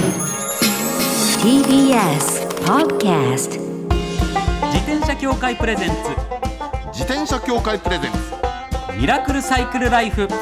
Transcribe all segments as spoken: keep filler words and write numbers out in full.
ティービーエス Podcast 自転車協会プレゼンツ自転車協会プレゼンツミラクルサイクルライフ。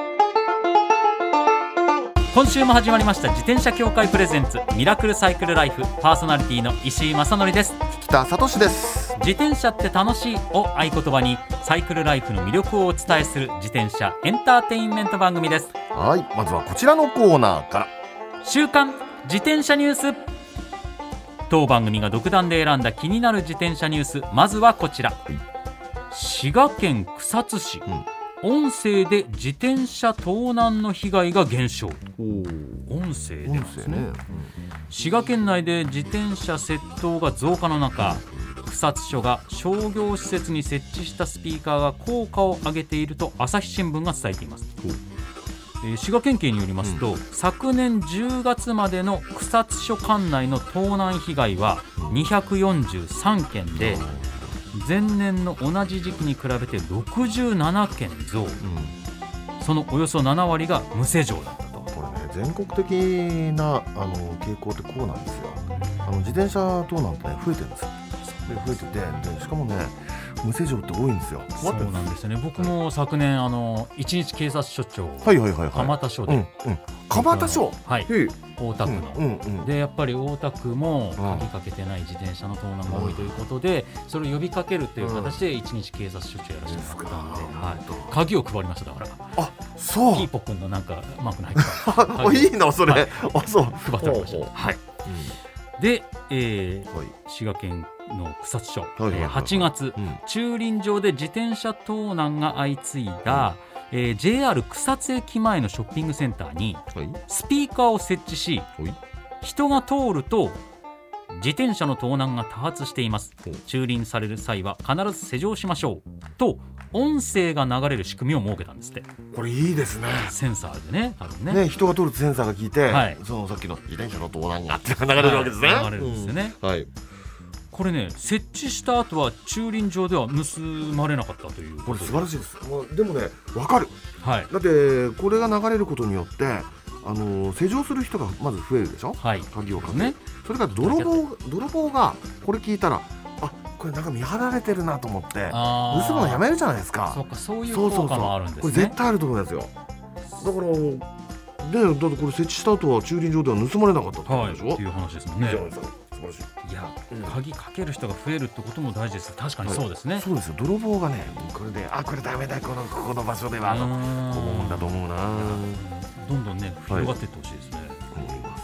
今週も始まりました自転車協会プレゼンツミラクルサイクルライフ。パーソナリティの石井正則です。 北里です。 自転車って楽しいを合言葉にサイクルライフの魅力をお伝えする自転車エンターテインメント番組です。 はい、まずはこちらのコーナーから。 週刊自転車ニュース。当番組が独断で選んだ気になる自転車ニュース、まずはこちら、はい、滋賀県草津市、うん、音声で自転車盗難の被害が減少。音声でですね、うん、滋賀県内で自転車窃盗が増加の中、草津署が商業施設に設置したスピーカーが効果を上げていると朝日新聞が伝えています。えー、滋賀県警によりますと、うん、昨年じゅうがつまでの草津署管内の盗難被害はにひゃくよんじゅうさんけんで、前年の同じ時期に比べてろくじゅうななけん増、うん、そのおよそななわりが無施錠だったと。 これね、全国的なあの傾向ってこうなんですよ。あの自転車盗難ってね、増えてるんですよ。で増えてて、でしかもね、無施錠って多いんですよ。 そうなんですよね。僕も昨年あの一日警察署長、 はいはいはいはい、 蒲田署で、 うんうん、蒲田署、 はい、大田区の、 うんうんうん、 でやっぱり大田区も鍵かけてない自転車の盗難が多いということで、うん、それを呼びかけるという形で一日警察署長やらせてもらったんで、うん、はい、鍵を配りました。だからあ、そう、ピーポ君のなんかマークの入ったいいなそれ、はい、あ、そう配ってました。はい、うん、で、えーはい、滋賀県の草津署、はいはいはいはい、はちがつ、うん、駐輪場で自転車盗難が相次いだ、うん、えー、ジェイアール 草津駅前のショッピングセンターにスピーカーを設置し、はい、人が通ると自転車の盗難が多発しています、駐輪される際は必ず施錠しましょうと音声が流れる仕組みを設けたんですって。 これいいですね。 センサーでね、多分 ね, ね人が通るとセンサーが聞いて、はい、そのさっきの自転車の盗難がって流れるわけですね、 はい、流れるんですよね、うん、はい。これね、設置した後は駐輪場では盗まれなかったということで、 これ素晴らしいです。もうでもね、分かる、はい、だってこれが流れることによってあの施錠する人がまず増えるでしょ、はい、鍵をかける、ね、それから泥棒泥棒がこれ聞いたら、あ、これなんか見張られてるなと思って盗むのやめるじゃないですか。 そうか、そういう効果もあるんですね。 これ絶対あると思うんですよ。だからね、だってこれ設置した後は駐輪場では盗まれなかったってことでしょ、はい、っていう話ですもんね。いいじゃないですか。 いや、うん、鍵かける人が増えるってことも大事です。確かにそうですね、はい、 そうですよ。泥棒がね、これで、あ、これダメだ、このここの場所ではと思うんだと思うな。 どんどんね、広がっていってほしいですね、はい、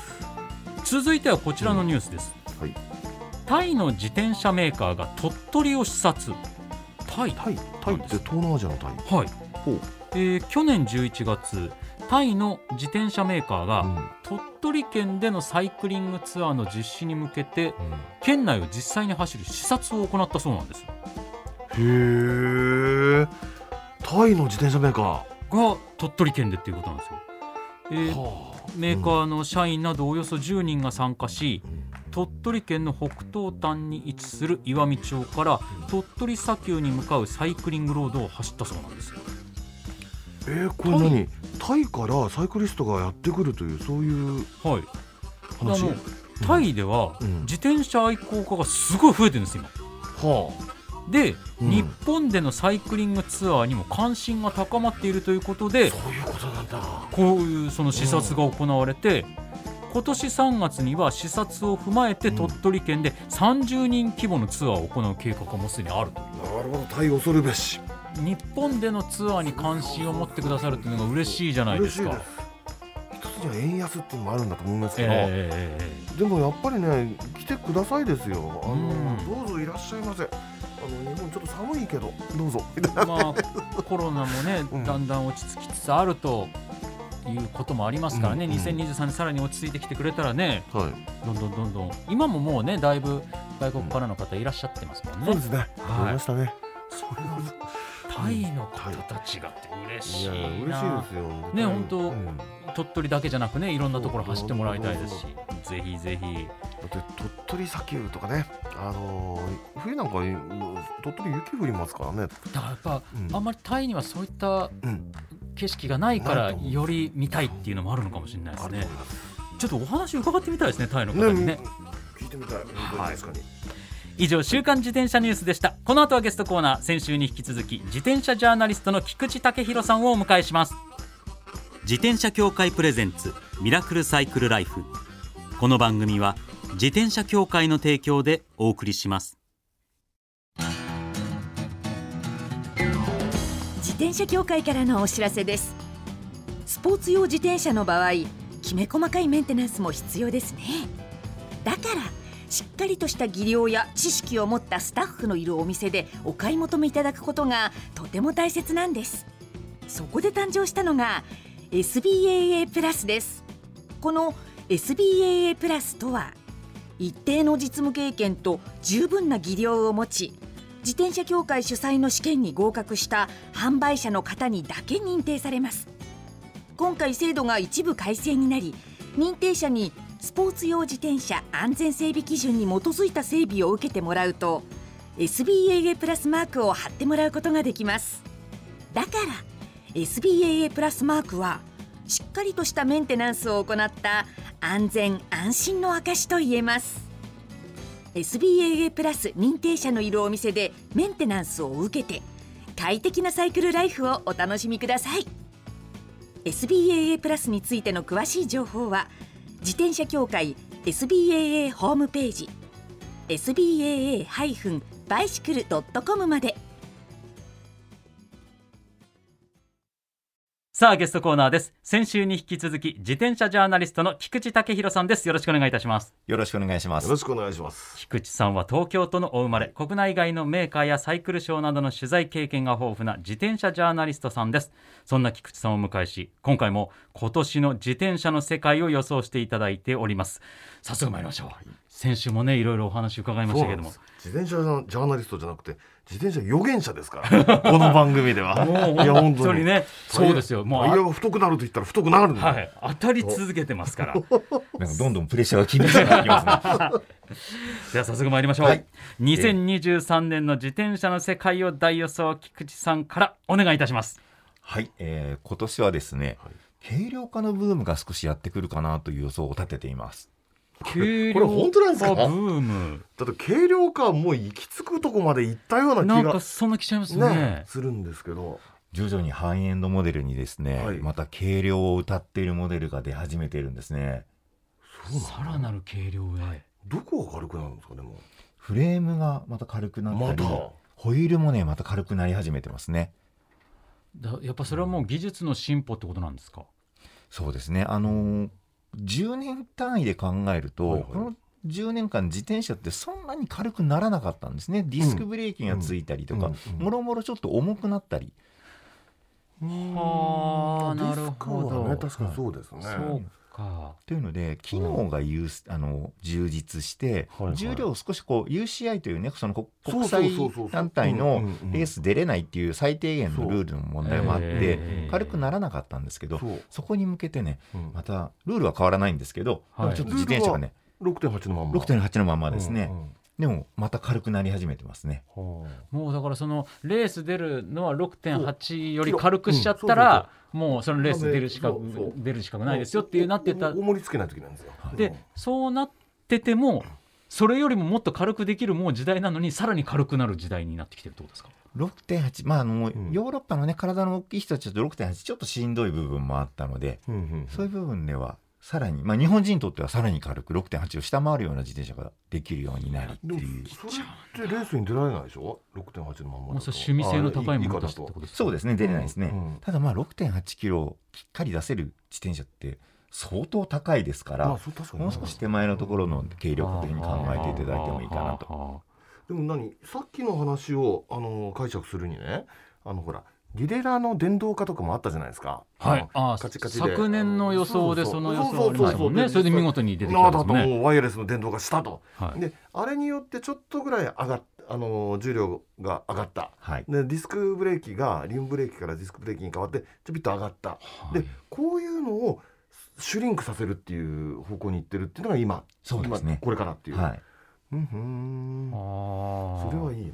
続いてはこちらのニュースです、うん、はい、タイの自転車メーカーが鳥取を視察。タイタイタイって東南アジアのタイ、 はい、ほう、えー、去年じゅういちがつ、タイの自転車メーカーが、うん、鳥取県でのサイクリングツアーの実施に向けて、うん、県内を実際に走る視察を行ったそうなんです。 へー、タイの自転車メーカーが鳥取県でっていうことなんですよ、えーはあ、メーカーの社員などおよそじゅうにんが参加し、うん、鳥取県の北東端に位置する岩美町から鳥取砂丘に向かうサイクリングロードを走ったそうなんですよ。 えー、これ何、タイからサイクリストがやってくるという、そういう話、はい、 あのタイでは、うん、自転車愛好家がすごい増えてるんです今、はあ、で、うん、日本でのサイクリングツアーにも関心が高まっているということで、 そういうことなんだ。 こういうその視察が行われて、うん、今年さんがつには視察を踏まえて鳥取県でさんじゅうにん規模のツアーを行う計画がもうすでにあるという。 なるほど、タイ恐るべし。 日本でのツアーに関心を持ってくださるっていうのが嬉しいじゃないですか。 一つには円安っていうのもあるんだと思いますけど、えー、でもやっぱりね、来てくださいですよ。あのどうぞいらっしゃいませ。あの日本ちょっと寒いけどどうぞ。 まあ、コロナもね、うん、だんだん落ち着きつつあるということもありますからね、うんうん、にせんにじゅうさんねんさらに落ち着いてきてくれたらね、はい、どんどんどんどん、今ももうね、だいぶ外国からの方いらっしゃってますもんね、 うん、そうですね、はい、いましたね。 それはタイの方たちがって嬉しいな。いや、嬉しいですよね。本当、うん、鳥取だけじゃなくね、いろんなところ走ってもらいたいですし、ぜひぜひ。だって鳥取砂丘とかね、あのー、冬なんか鳥取雪降りますからね。 だからやっぱ、うん、あんまりタイにはそういった景色がないから、より見たいっていうのもあるのかもしれないですね。 ちょっとお話伺ってみたいですね、タイの方にね。ね、 聞いてみたい。はい、確かに。 以上、週刊自転車ニュースでした。この後はゲストコーナー、先週に引き続き自転車ジャーナリストの菊池武弘さんをお迎えします。自転車協会プレゼンツミラクルサイクルライフ。この番組は自転車協会の提供でお送りします。 自転車協会からのお知らせです。スポーツ用自転車の場合、きめ細かいメンテナンスも必要ですね。だからしっかりとした技量や知識を持ったスタッフのいるお店でお買い求めいただくことがとても大切なんです。そこで誕生したのが エスビーエーエー プラスです。この エスビーエーエー プラスとは、一定の実務経験と十分な技量を持ち、自転車協会主催の試験に合格した販売者の方にだけ認定されます。今回制度が一部改正になり、認定者にスポーツ用自転車安全整備基準に基づいた整備を受けてもらうと エスビーエーエー プラスマークを貼ってもらうことができます。だから エスビーエーエー プラスマークはしっかりとしたメンテナンスを行った安全安心の証と言えます。 エスビーエーエー プラス認定者のいるお店でメンテナンスを受けて快適なサイクルライフをお楽しみください。 エスビーエーエー プラスについての詳しい情報は自転車協会 エスビーエーエー ホームページ エスビーエーエー バイシクル ドットコム まで。 さあ、ゲストコーナーです。先週に引き続き自転車ジャーナリストの菊池武弘さんです。よろしくお願いいたします。 よろしくお願いします。 よろしくお願いします。 菊池さんは東京都のお生まれ、国内外のメーカーやサイクルショーなどの取材経験が豊富な自転車ジャーナリストさんです。そんな菊池さんをお迎えし、今回も今年の自転車の世界を予想していただいております。早速参りましょう。先週もね、いろいろお話伺いましたけれども、 自転車ジャーナリストじゃなくて自転車予言者ですからこの番組では。 もう本当にね、そうですよ。もうタイヤが太くなると言ったら太くなるんだ、 はい、当たり続けてますからなんかどんどんプレッシャーが厳しくなってきますねでは早速参りましょう、はい、にせんにじゅうさんねんの自転車の世界を大予想、菊池さんからお願いいたします。 はい、えー、今年はですね、はい、軽量化のブームが少しやってくるかなという予想を立てています。 軽量化これ本当なんですか？ ブームだって軽量化はもう行き着くとこまで行ったような気がなんかそんな気しちゃいます ね, ねするんですけど、 徐々にハイエンドモデルにですね、はい、また軽量を謳っているモデルが出始めているんですね。 さらなる軽量へ、はい、 どこが軽くなるんですか？でもフレームがまた軽くなったり、ま、ホイールもねまた軽くなり始めてますね。 だやっぱそれはもう技術の進歩ってことなんですか？ そうですね、あのー、じゅうねん単位で考えると、はいはい、このじゅうねんかん自転車ってそんなに軽くならなかったんですね。ディスクブレーキがついたりとか、もろもろちょっと重くなったり。 はあ、なるほど、 ね、確かにそうですね。 そうか。 というので機能が有、うん、あの充実して、はいはい、重量を少しこう ユーシーアイ というね、その国際団体のレース出れないっていう最低限のルールの問題もあって軽くならなかったんですけど、 そ, そこに向けてね、うん、またルールは変わらないんですけど、はい、ちょっと自転車がねろくてんはち のままろくてんはち のままですね、うんうん、でもまた軽くなり始めてますね。 もうだからそのレース出るのは ろくてんはち より軽くしちゃったら、もうそのレース出る資格出る資格ないですよっていうなってた。 重りつけないときなんですよ。 でそうなっててもそれよりももっと軽くできるもう時代なのに、さらに軽くなる時代になってきてるってことですか？ ろくてんはち、まああの、うん、ヨーロッパのね体の大きい人たちだと ろくてんはち ちょっとしんどい部分もあったので、うんうん、そういう部分ではさらに、まあ、日本人にとってはさらに軽く ろくてんはち を下回るような自転車ができるようになりっていう。 でもそれってレースに出られないでしょ？ ろくてんはち のままだと。もうそれ趣味性の高いものだってことですか？ そうですね、出れないですね、うんうん、ただまあ ろくてんはちキロきっかり出せる自転車って相当高いですから、まあ、そう確かにもう少し手前のところの軽量化というふうに考えていただいてもいいかなと。 でも何さっきの話をあの解釈するにね、あのほらリレラの電動化とかもあったじゃないですか。 はい、あカチカチで昨年の予想でその予想ありましたもんね。それで見事に出てきたんですね。 なだともうワイヤレスの電動化したと、はい、であれによってちょっとぐらい上がっあの重量が上がった、はい、でディスクブレーキがリムブレーキからディスクブレーキに変わってちょびっと上がった、はい、でこういうのをシュリンクさせるっていう方向にいってるっていうのが今、 そうですね、 今これからっていう、はい、うんふん、 あそれはいいな。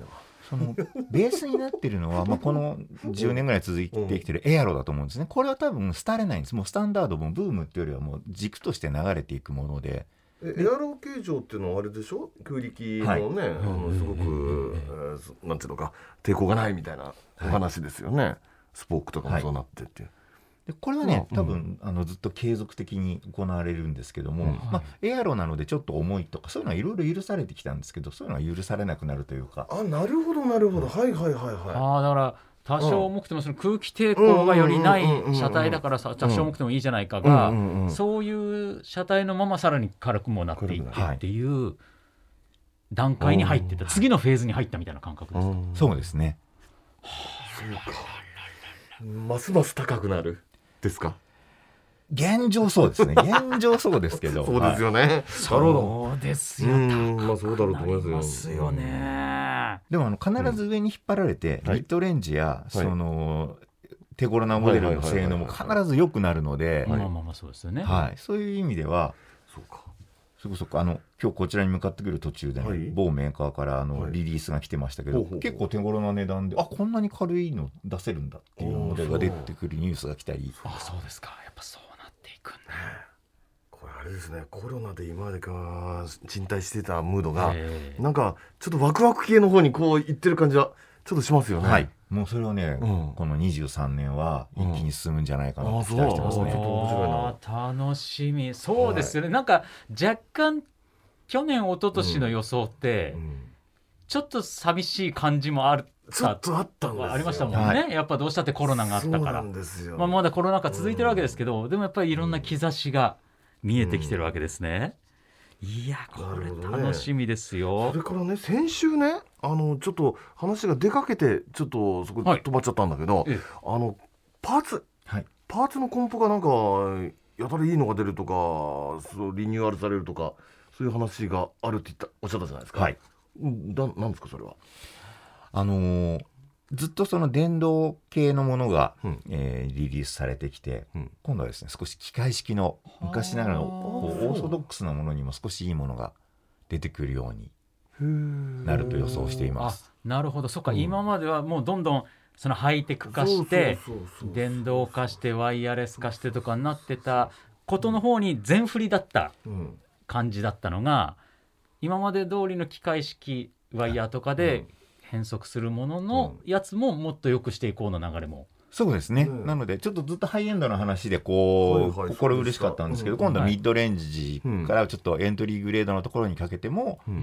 そのベースになってるのは、まあ、このじゅうねんぐらい続いてきてるエアロだと思うんですね。これは多分廃れないんです。もうスタンダードもブームっていうよりはもう軸として流れていくもので、 エアロ形状っていうのはあれでしょ、空力のね、はい、あのすごく、えー、なんていうのか抵抗がないみたいなお話ですよね、はい、スポークとかもそうなってっていう、 はい、でこれはね、多分、うん、あのずっと継続的に行われるんですけども、うんまあ、エアロなのでちょっと重いとかそういうのはいろいろ許されてきたんですけど、そういうのは許されなくなるというか。 あ、なるほどなるほど、はいはいはいはい。 あ、だから多少重くてもその空気抵抗がよりない車体だからさ、多少重くてもいいじゃないかが、そういう車体のままさらに軽くもなっていってっていう段階に入ってた、次のフェーズに入ったみたいな感覚ですか。 そうですね。 そうか、ますます高くなるですか。 現状そうですね。現状そうですけどそうですよね、はい、 そうですよ、 まあそうだろうと思いますよね。 でもあの必ず上に引っ張られて、うん、ミッドレンジや、はい、その手頃なモデルの性能も必ず良くなるので、 まあまあまあそうですよね、 はい、そういう意味ではそうか、 そこそこあの今日こちらに向かってくる途中で、ねはい、某メーカーからあの、はい、リリースが来てましたけど、ほうほうほう、結構手頃な値段で、あ、こんなに軽いの出せるんだっていうモデルが出てくるニュースが来たり。 あ、そうですか、やっぱそうなっていくんだ。 これあれですね、コロナで今までか沈滞してたムードがなんかちょっとワクワク系の方にこういってる感じはちょっとしますよね。 はい、もうそれをね、うん、このにじゅうさんねんは一気に進むんじゃないかなと期待してますね。 うん、ちょっと面白いな。楽しみ。そうですよね、はい、なんか若干去年一昨年の予想って、うんうん、ちょっと寂しい感じもあるちょっとあったんですよ。 ありましたもんね、はい、やっぱどうしたってコロナがあったから。 そうなんですよ、 まあ、まだコロナ禍続いてるわけですけど、うん、でもやっぱりいろんな兆しが見えてきてるわけですね、うん、いやこれ楽しみですよ、 ね、それからね、先週ね、あのちょっと話が出かけてちょっとそこで止まっちゃったんだけど、はい、あのパーツ、はい、パーツのコンポがなんかやたらいいのが出るとか、そうリニューアルされるとか、そういう話があるって言ったおっしゃったじゃないですか。はい、だなんですかそれは。 あのー、ずっとその電動系のものが、うんえー、リリースされてきて、うん、今度はですね、少し機械式の昔ながらのこうオーソドックスなものにも少しいいものが出てくるようになると予想しています。 あ、なるほど、そっか、うん、今まではもうどんどんそのハイテク化して電動化してワイヤレス化してとかになってたことの方に全振りだった感じだったのが、今まで通りの機械式ワイヤーとかで変速するもののやつももっと良くしていこうの流れも。 そうですね、うん、なのでちょっとずっとハイエンドの話でこう、はいはい、心嬉しかったんですけど、うん、今度はミッドレンジからちょっとエントリーグレードのところにかけても、うん、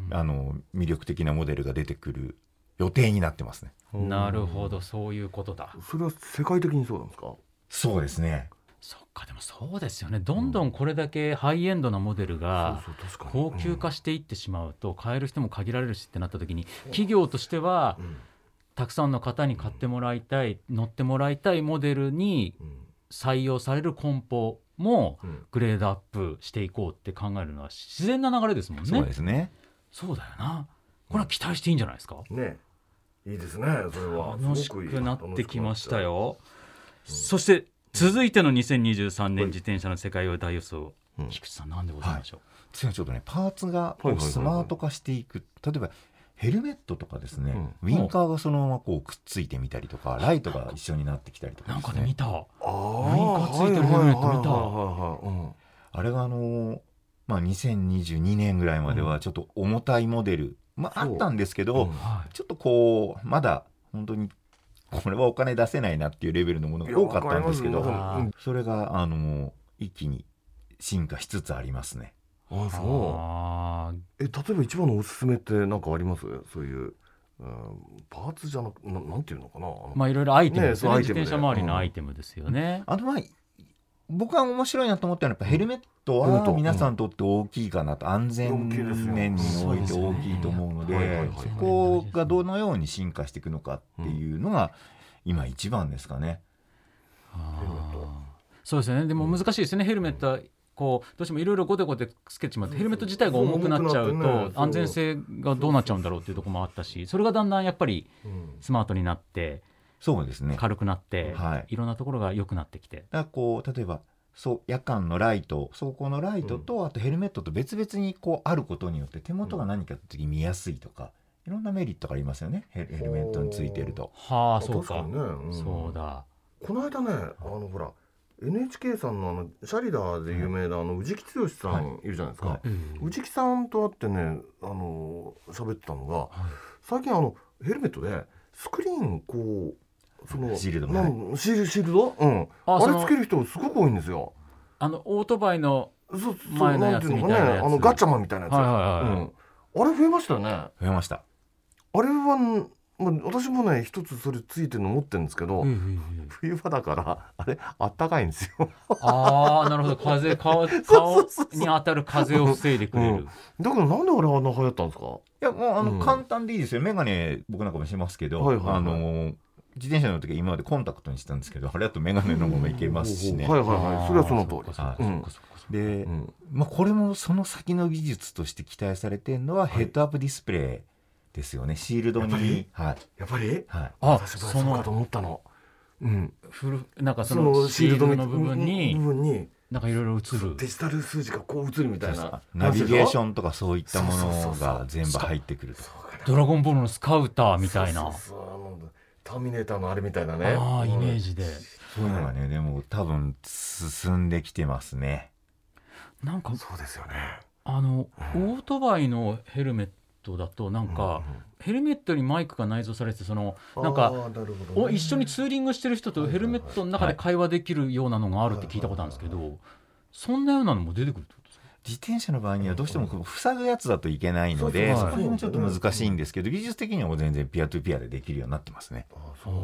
あの魅力的なモデルが出てくる予定になってますね。 なるほど、そういうことだ。 それは世界的にそうなんですか。 そうですね。 そっか、でもそうですよね、どんどんこれだけハイエンドなモデルが高級化していってしまうと、買える人も限られるしってなった時に、企業としてはたくさんの方に買ってもらいたい、乗ってもらいたいモデルに採用される梱包もグレードアップしていこうって考えるのは自然な流れですもんね。 そうですね。 そうだよな、これは期待していいんじゃないですか。 ね、いいですね、それは楽しくなってきましたよ、うん、そして続いてのにせんにじゅうさんねん自転車の世界を大予想、うん、菊池さん何でございましょう。 はい、次はちょっとね、パーツがスマート化していく、例えばヘルメットとかですね、うん、ウィンカーがそのままこうくっついてみたりとか、ライトが一緒になってきたりとかですね、 なんかで見た、あウィンカーついてるヘルメット見た。 あれがあのーまあ、にせんにじゅうにねんぐらいまではちょっと重たいモデル、まあ、あったんですけど、うん、ちょっとこうまだ本当にこれはお金出せないなっていうレベルのものが多かったんですけど、それがあの一気に進化しつつありますね。 ああ、そう。あえ例えば一番のおすすめって何かあります？そういう、うん、パーツじゃなく な, なんていうのかな、 まあいろいろアイテムですよね、自転車周りのアイテムですよね、 うん、あとまあ僕が面白いなと思ったのはやっぱヘルメットは皆さんにとって大きいかなと、安全面において大きいと思うので、そこがどのように進化していくのかっていうのが今一番ですかね。 あそうですね。でも難しいですね、ヘルメットはこうどうしてもいろいろゴテゴテつけてしまって、ヘルメット自体が重くなっちゃうと安全性がどうなっちゃうんだろうっていうところもあったし、それがだんだんやっぱりスマートになってそうですね、 軽くなって、はい、いろんなところが良くなってきて、 だからこう例えばそう夜間のライト、走行のライトと、うん、あとヘルメットと別々にこうあることによって手元が何かの時に見やすいとか、 いろんなメリットがありますよね、ヘルメットについてると。 はあ、そうか、 確かにね、うん、 そうだ。 この間ね、あのほら エヌエイチケー さんのあのシャリダーで有名なあの宇治木剛さんいるじゃないですか、はいはい、宇治木さんと会ってね、あの喋ってたのが、はい、最近あのヘルメットでスクリーンこうそのシールドも、 ね、シールシールド、うん、あ, あれつける人すごく多いんですよ。 あのオートバイの前のやつみたいなやつ、 ね、あのガッチャマンみたいなやつ、はいはいはい、うん、あれ増えましたよね。 増えました。 あれは、まあ、私もね一つそれついてるの持ってるんですけど、うんうんうん、冬場だからあれあったかいんですよ。 ああ、なるほど。風顔顔に当たる風を防いでくれる。うん、 だからなんであれあんな流行ったんですか。 いやもうあの、うん、簡単でいいですよ。メガネ僕なんかもしますけど、はいはいはい、あの自転車の時は今までコンタクトにしてたんですけど、あれだとメガネのままいけますしね。 はいはいはい、それはその通り。 はい、で、うん、まあ、これもその先の技術として期待されているのはヘッドアップディスプレイですよね。シールドに。 やっぱり、はい、やっぱり、はい、 あ、 私もそうかと思ったの。うん、 なんかそのシールドの部分に、 部分になんかいろいろ映るデジタル数字がこう映るみたいな、 ナビゲーションとかそういったものが全部入ってくると。 ドラゴンボールのスカウターみたいな。 そうそうそう、ターミネーターのあれみたいなね。 ああ、イメージで、 そういうのがね、でも多分進んできてますね。 なんかそうですよね。 あの、うん、オートバイのヘルメットだとなんか、うんうん、ヘルメットにマイクが内蔵されて、そのなんか、ね、一緒にツーリングしてる人とヘルメットの中で会話できるようなのがあるって聞いたことあるんですけど、はいはいはいはい、そんなようなのも出てくるってことですか。 自転車の場合にはどうしても塞ぐやつだといけないので、そこはちょっと難しいんですけど、技術的にはもう全然ピアトゥピアでできるようになってますね。 あ、そう、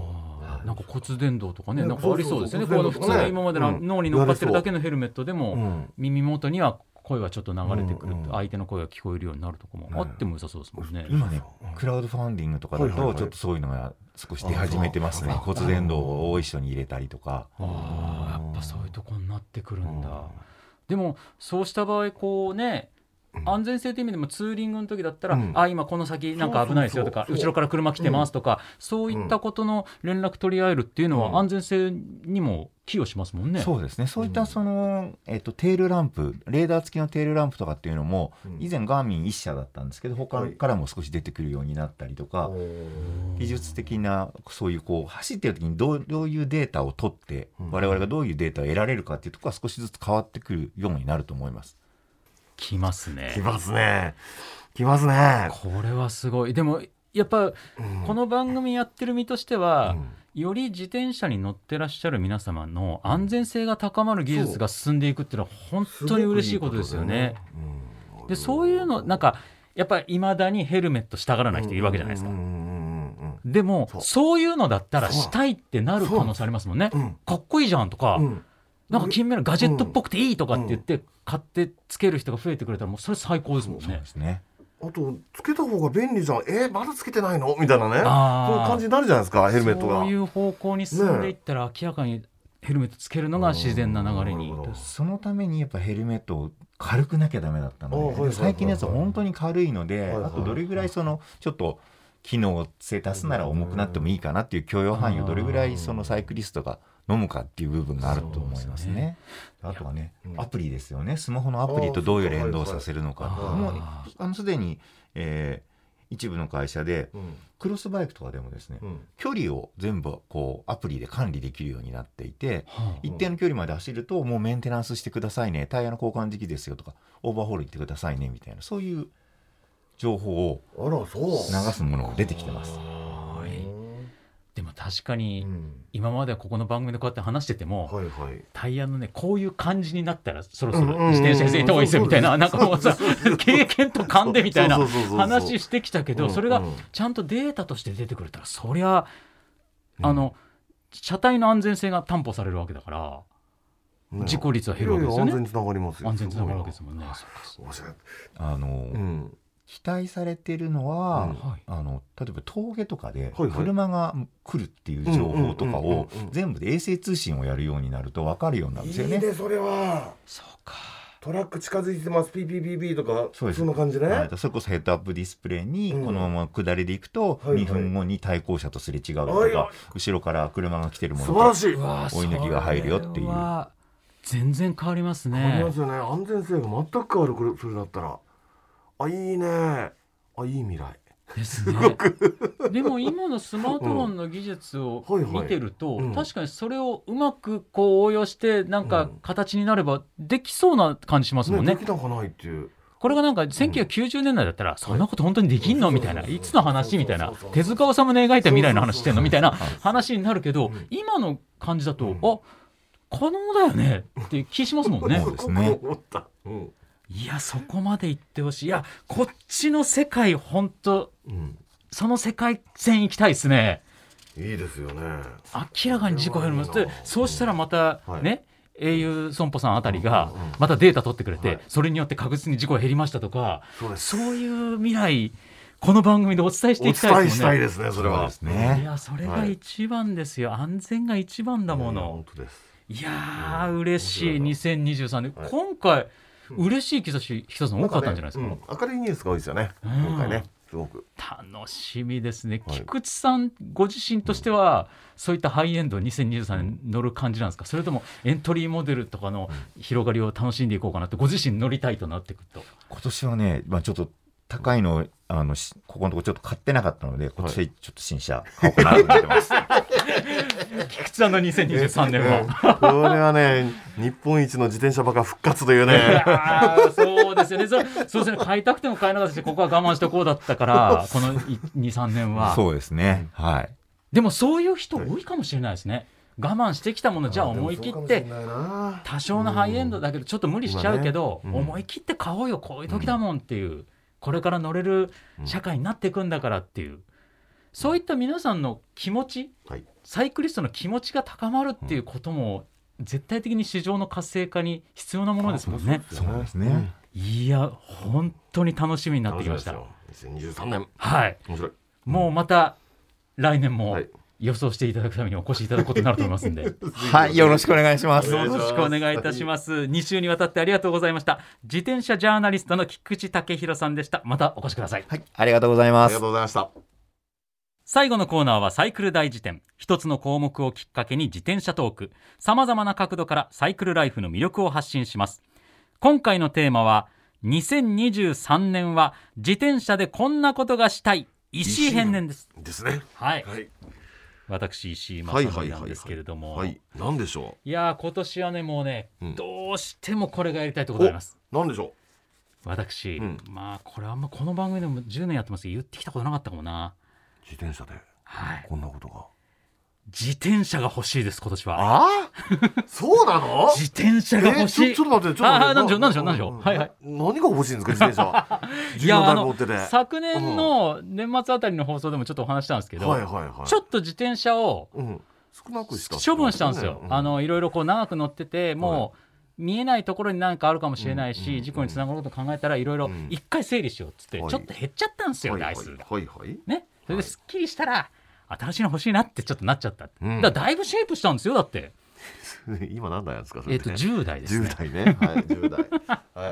なんか骨伝導とかね、なんかありそうですね。この普通の今までの脳に乗っかってるだけのヘルメットでも、耳元には声がちょっと流れてくる、相手の声が聞こえるようになるとかもあっても良さそうですもんね。 今ね、クラウドファンディングとかだとちょっとそういうのが少し出始めてますね。骨伝導を一緒に入れたりとか。 ああ、やっぱそういうとこになってくるんだ。でもそうした場合こうね、安全性という意味でもツーリングの時だったら、うん、あ、今この先なんか危ないですよとか、後ろから車来てますとか、うん、そういったことの連絡取り合えるっていうのは安全性にも寄与しますもんね。 そうですね。そういったその、えっと、テールランプ、レーダー付きのテールランプとかっていうのも、以前ガーミン一社だったんですけど、他からも少し出てくるようになったりとか、技術的なそういうこう走ってる時にどう、どういうデータを取って我々がどういうデータを得られるかっていうところは少しずつ変わってくるようになると思います。 来ますね。 来ますね。来ますね。 これはすごい。でもやっぱ、うん、この番組やってる身としては、うん、より自転車に乗ってらっしゃる皆様の安全性が高まる技術が進んでいくっていうのは本当に嬉しいことですよね。うん、でそういうのなんかやっぱり未だにヘルメットしたがらない人いるわけじゃないですか。でも そ, そういうのだったらしたいってなる可能性ありますもんね。かっこいいじゃんとか、うん、なんか近未来ガジェットっぽくていいとかって言って買ってつける人が増えてくれたらもうそれ最高ですもんね。 そうですね。 あとつけた方が便利じゃん、えー、まだつけてないのみたいなね、そういう感じになるじゃないですか、ヘルメットが。 そういう方向に進んでいったら、ね、明らかにヘルメットつけるのが自然な流れに。 そのためにやっぱヘルメットを軽くなきゃダメだったので、最近のやつは本当に軽いので、はいはいはい、あとどれぐらいそのちょっと機能性足すなら重くなってもいいかなっていう許容範囲をどれぐらいそのサイクリストが飲むかっていう部分があると思いますね。あとはね、アプリですよね。スマホのアプリとどういう連動させるのか。もうあのすでに、えー、一部の会社で、うん、クロスバイクとかでもですね、うん、距離を全部こうアプリで管理できるようになっていて、うん、一定の距離まで走るともうメンテナンスしてくださいね、タイヤの交換時期ですよとか、オーバーホール行ってくださいねみたいな、そういう情報を流すものが出てきてます。 でも確かに今まではここの番組でこうやって話してても、はいはい、タイヤのねこういう感じになったらそろそろ自転車についた方がいいですよみたいな、なんかもうさ経験と勘でみたいな話してきたけど、それがちゃんとデータとして出てくれたらそりゃあの車体の安全性が担保されるわけだから、ね、事故率は減るわけですよね。 安全につながりますよ。 安全につながるわけですもんね。 あの、うん期待されているのは、うん、あの例えば峠とかで車が来るっていう情報とかを全部で衛星通信をやるようになると分かるようになるんですよね。 いいね、それは。 そうか。 トラック近づいてます ピーピーピーピー とかそうそんな感じね、はい、 それこそヘッドアップディスプレイにこのまま下りでいくとにふんごに対向車とすれ違うとか、はいはい、後ろから車が来てるものと追い抜きが入るよっていう。 全然変わりますね。 変わりますよね。安全性が全く変わる。これそれだったらあいいね、あいい未来。 ですねでも今のスマートフォンの技術を見てると、うんはいはい、確かにそれをうまくこう応用してなんか形になればできそうな感じしますもんね。 ねできたかないっていう。 これがなんかせんきゅうひゃくきゅうじゅうねんだいだったら、うん、そんなこと本当にできんのみたいな、いつの話みたいな、手塚治虫の描いた未来の話してんのみたいな話になるけど、今の感じだと、うん、あ可能だよねって気しますもんね。 そうですね。 いやそこまで行ってほしい。いやこっちの世界本当、うん、その世界線行きたいですね。 いいですよね。 明らかに事故減ります。そうしたらまた、うん、ね、はい、au 損保さんあたりがまたデータ取ってくれて、はい、それによって確実に事故減りましたとか、そうです、そういう未来この番組でお伝えしていきたいですもんね。 お伝えしたいですね。それはですね。 いやそれが一番ですよ、はい、安全が一番だもの。 本当です。 いやー嬉しい。にせんにじゅうさんねん、はい、今回嬉しい兆し一つの多かったんじゃないですか。 ね、うん、明るいニュースが多いですよね、うん、今回ね。すごく楽しみですね、はい、菊池さんご自身としては、うん、そういったハイエンドにせんにじゅうさんねん乗る感じなんですか、それともエントリーモデルとかの広がりを楽しんでいこうかなってご自身乗りたいとなってくると。 今年はね、まあ、ちょっと高いのあのここのところちょっと買ってなかったので、今年ちょっと新車買おうかなと思ってます、はい、 菊池さんのにせんにじゅうさんねんはこれはね日本一の自転車バカ復活というねそうですよね。そそうですね、買いたくても買えなかったし、ここは我慢してこうだったからこの にさんねんは。 そうですね、はい。 でもそういう人多いかもしれないですね。我慢してきたものじゃあ思い切って多少のハイエンドだけどちょっと無理しちゃうけど、うん、思い切って買おうよ、こういう時だもんっていう、これから乗れる社会になっていくんだからっていう、そういった皆さんの気持ち、はい、サイクリストの気持ちが高まるっていうことも絶対的に市場の活性化に必要なものですもんね。 そうですね。 いや本当に楽しみになってきました。 にせんにじゅうさんねん、 はい、 面白い。 もうまた来年も予想していただくためにお越しいただくことになると思いますんではい、よろしくお願いします。 よろしくお願いいたします。に週にわたってありがとうございました。自転車ジャーナリストの菊池武弘さんでした。またお越しください。 はい、ありがとうございます。 ありがとうございました。 最後のコーナーはサイクル大辞典。一つの項目をきっかけに自転車トーク、さまざまな角度からサイクルライフの魅力を発信します。今回のテーマはにせんにじゅうさんねんは自転車でこんなことがしたい、石井編年ですですね。 はい、はい、私石井正則なんですけれども、 はいはいはいはい、何でしょう。いや今年はねもうね、うん、どうしてもこれがやりたいところがあります。 何でしょう。私、うん、まあこれあんまこの番組でもじゅうねんやってますけど言ってきたことなかったかもな。 自転車で、はい、こんなことが。 自転車が欲しいです今年は。 ああそうなの自転車が欲しい。 えー、ちょ、ちょっと待ってちょっと待って。 ああ何でしょう何でしょう何でしょう、はいはい、 何が欲しいんですか自転車は。いやあの昨年の年末あたりの放送でもちょっとお話したんですけど、はいはいはい、ちょっと自転車を少なくした処分したんですよ、うん、あのいろいろこう長く乗っててもう見えないところに何かあるかもしれないし、うん、事故につながることを考えたらいろいろ一回整理しようっつってちょっと減っちゃったんですよ、はい、台数が、はいはいはいね、それですっきりしたら新しいの欲しいなってちょっとなっちゃった、うん、だからだいぶシェイプしたんですよ。だって今何代なんですかそれ、ね、 えー、とじゅう代ですね。 じゅう代ね、はい、じゅう代、はい、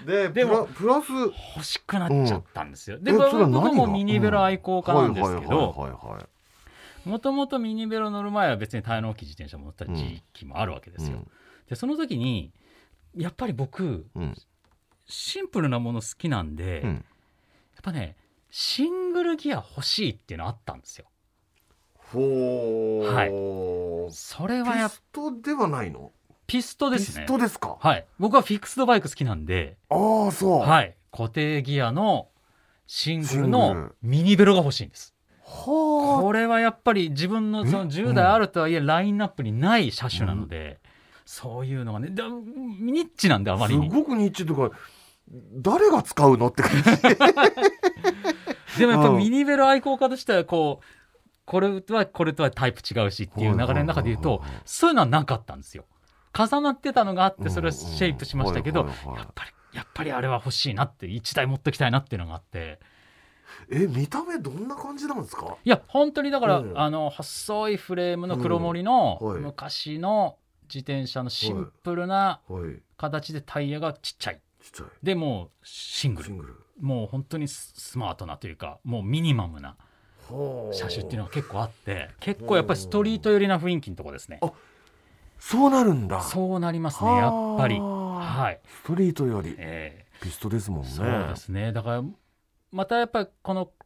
で, でもプラス欲しくなっちゃったんですよ、うん、で僕もミニベロ愛好家なんですけど、もともとミニベロ乗る前は別にタイヤの大きい自転車も乗った時期もあるわけですよ、うん、でその時にやっぱり僕、うん、シンプルなもの好きなんで、うん、やっぱねシングルギア欲しいっていうのあったんですよ。 ほー、 はい、それはやっピストではないの？ ピストですね。 ピストですか？ はい、僕はフィックスドバイク好きなんで、 ああそう、 はい、固定ギアのシングルのミニベロが欲しいんです。はあ、これはやっぱり自分のそのじゅう代あるとはいえラインナップにない車種なので、うん、そういうのがねだニッチなんであまりにすごくニッチとか誰が使うのって感じでもやっぱミニベロ愛好家としてはこうこれとはこれとはタイプ違うしっていう流れの中で言うとそういうのはなかったんですよ。重なってたのがあってそれはシェイプしましたけど、やっぱりやっぱりあれは欲しいなっていちだい持ってきたいなっていうのがあって。 え見た目どんな感じなんですか？ いや本当にだから、うん、あの細いフレームの黒森の昔の自転車のシンプルな形でタイヤがちっちゃい、 ちっちゃいでもうシングル、シングルもう本当にスマートなというかもうミニマムな車種っていうのが結構あって結構やっぱりストリート寄りな雰囲気のとこですね。 あそうなるんだ。 そうなりますねやっぱり、はい、 ストリートより、えー、ピストですもんね。 そうですね。だからまたやっぱりこの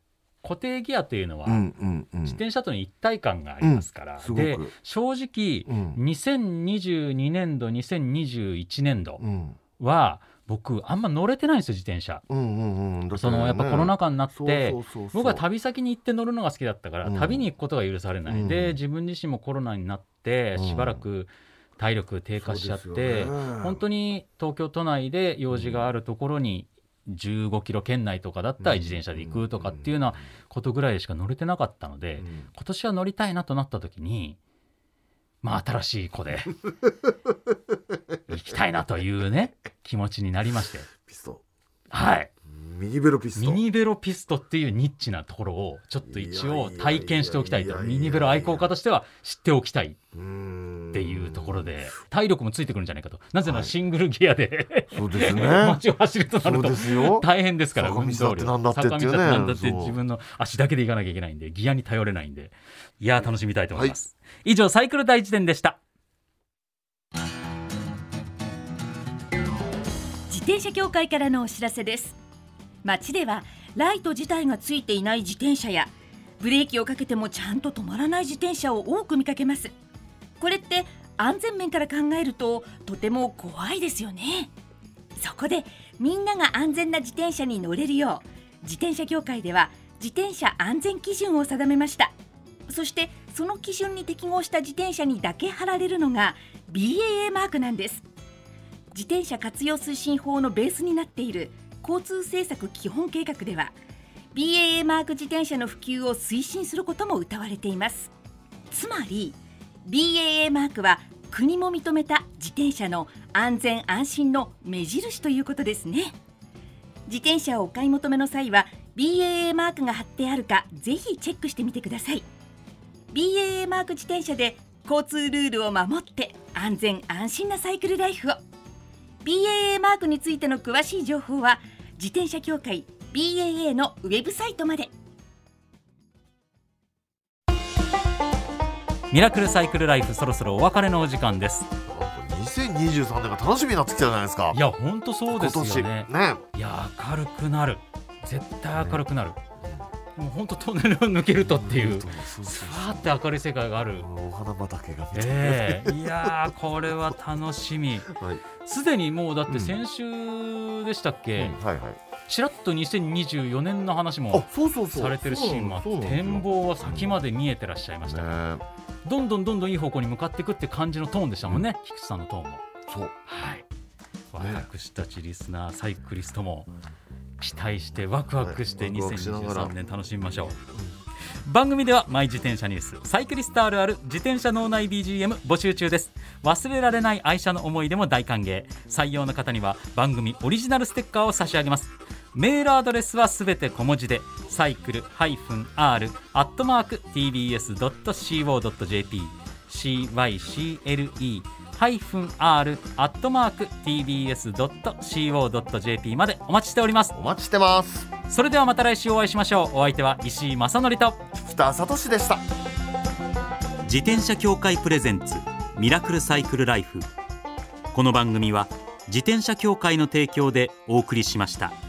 固定ギアというのは自転車との一体感がありますから、うん、で正直、うん、にせんにじゅうにねんどにせんにじゅういちねんどは、うん僕あんま乗れてないんですよ自転車、うんうんうん、そのやっぱコロナ禍になって僕は旅先に行って乗るのが好きだったから、うん、旅に行くことが許されない、うん、で自分自身もコロナになってしばらく体力低下しちゃって、うん、本当に東京都内で用事があるところにじゅうごキロ圏内とかだったら自転車で行くとかっていうようなことぐらいでしか乗れてなかったので、うん、今年は乗りたいなとなった時にまあ新しい子で行きたいなというね気持ちになりまして、 ピストはいミニベロピストミニベロピストっていうニッチなところをちょっと一応体験しておきたいと、ミニベロ愛好家としては知っておきたいっていうところで体力もついてくるんじゃないかと。なぜならシングルギアで、はい、そうですね街を走るとなると大変ですから、 坂道だってなんだってっていうね、 なんだって自分の足だけで行かなきゃいけないんでギアに頼れないんで、いや楽しみたいと思います、はい、以上サイクル大辞典でした。 自転車協会からのお知らせです。街ではライト自体がついていない自転車やブレーキをかけてもちゃんと止まらない自転車を多く見かけます。これって安全面から考えるととても怖いですよね。そこでみんなが安全な自転車に乗れるよう自転車協会では自転車安全基準を定めました。そしてその基準に適合した自転車にだけ貼られるのが ビーエーエー マークなんです。自転車活用推進法のベースになっている交通政策基本計画では ビーエーエー マーク自転車の普及を推進することも謳われています。つまり ビーエーエー マークは国も認めた自転車の安全安心の目印ということですね。自転車をお買い求めの際は ビーエーエー マークが貼ってあるかぜひチェックしてみてください。 ビーエーエー マーク自転車で交通ルールを守って安全安心なサイクルライフを。 ビーエーエー マークについての詳しい情報は自転車協会 ビーエーエー のウェブサイトまで。 ミラクルサイクルライフ、そろそろお別れのお時間です。 にせんにじゅうさんねんが楽しみになってきたじゃないですか。 いや本当そうですよね。 今年ね、 いや明るくなる、絶対明るくなる、ね、もう本当トンネルを抜けるとっていうスワーって明るい世界がある。 お花畑が見て、 えー、いやこれは楽しみ。すで、はい、にもうだって先週でしたっけ、うんうんはいはい、ちらっとにせんにじゅうよねんの話もされてるシーンもあって、展望は先まで見えてらっしゃいました、ね、どんどんどんどんいい方向に向かっていくって感じのトーンでしたもんね、うん、菊池さんのトーンも。 そう、 はい、私たちリスナーサイクリストも期待してワクワクしてにせんにじゅうさんねん楽しみましょう。番組ではマイ自転車ニュース、サイクリストあるある、自転車脳内 ビージーエム 募集中です。忘れられない愛車の思い出も大歓迎。採用の方には番組オリジナルステッカーを差し上げます。メールアドレスはすべて小文字でサイクル -r アットマーク ティービーエス ドット シーオー ドット ジェーピー シーワイシーエルイー ハイフン アール アットマーク ティービーエス ドット シーオー ドット ジェーピー までお待ちしております。 お待ちしてます。 それではまた来週お会いしましょう。お相手は石井正則と北里志でした。 自転車協会プレゼンツミラクルサイクルライフ。この番組は自転車協会の提供でお送りしました。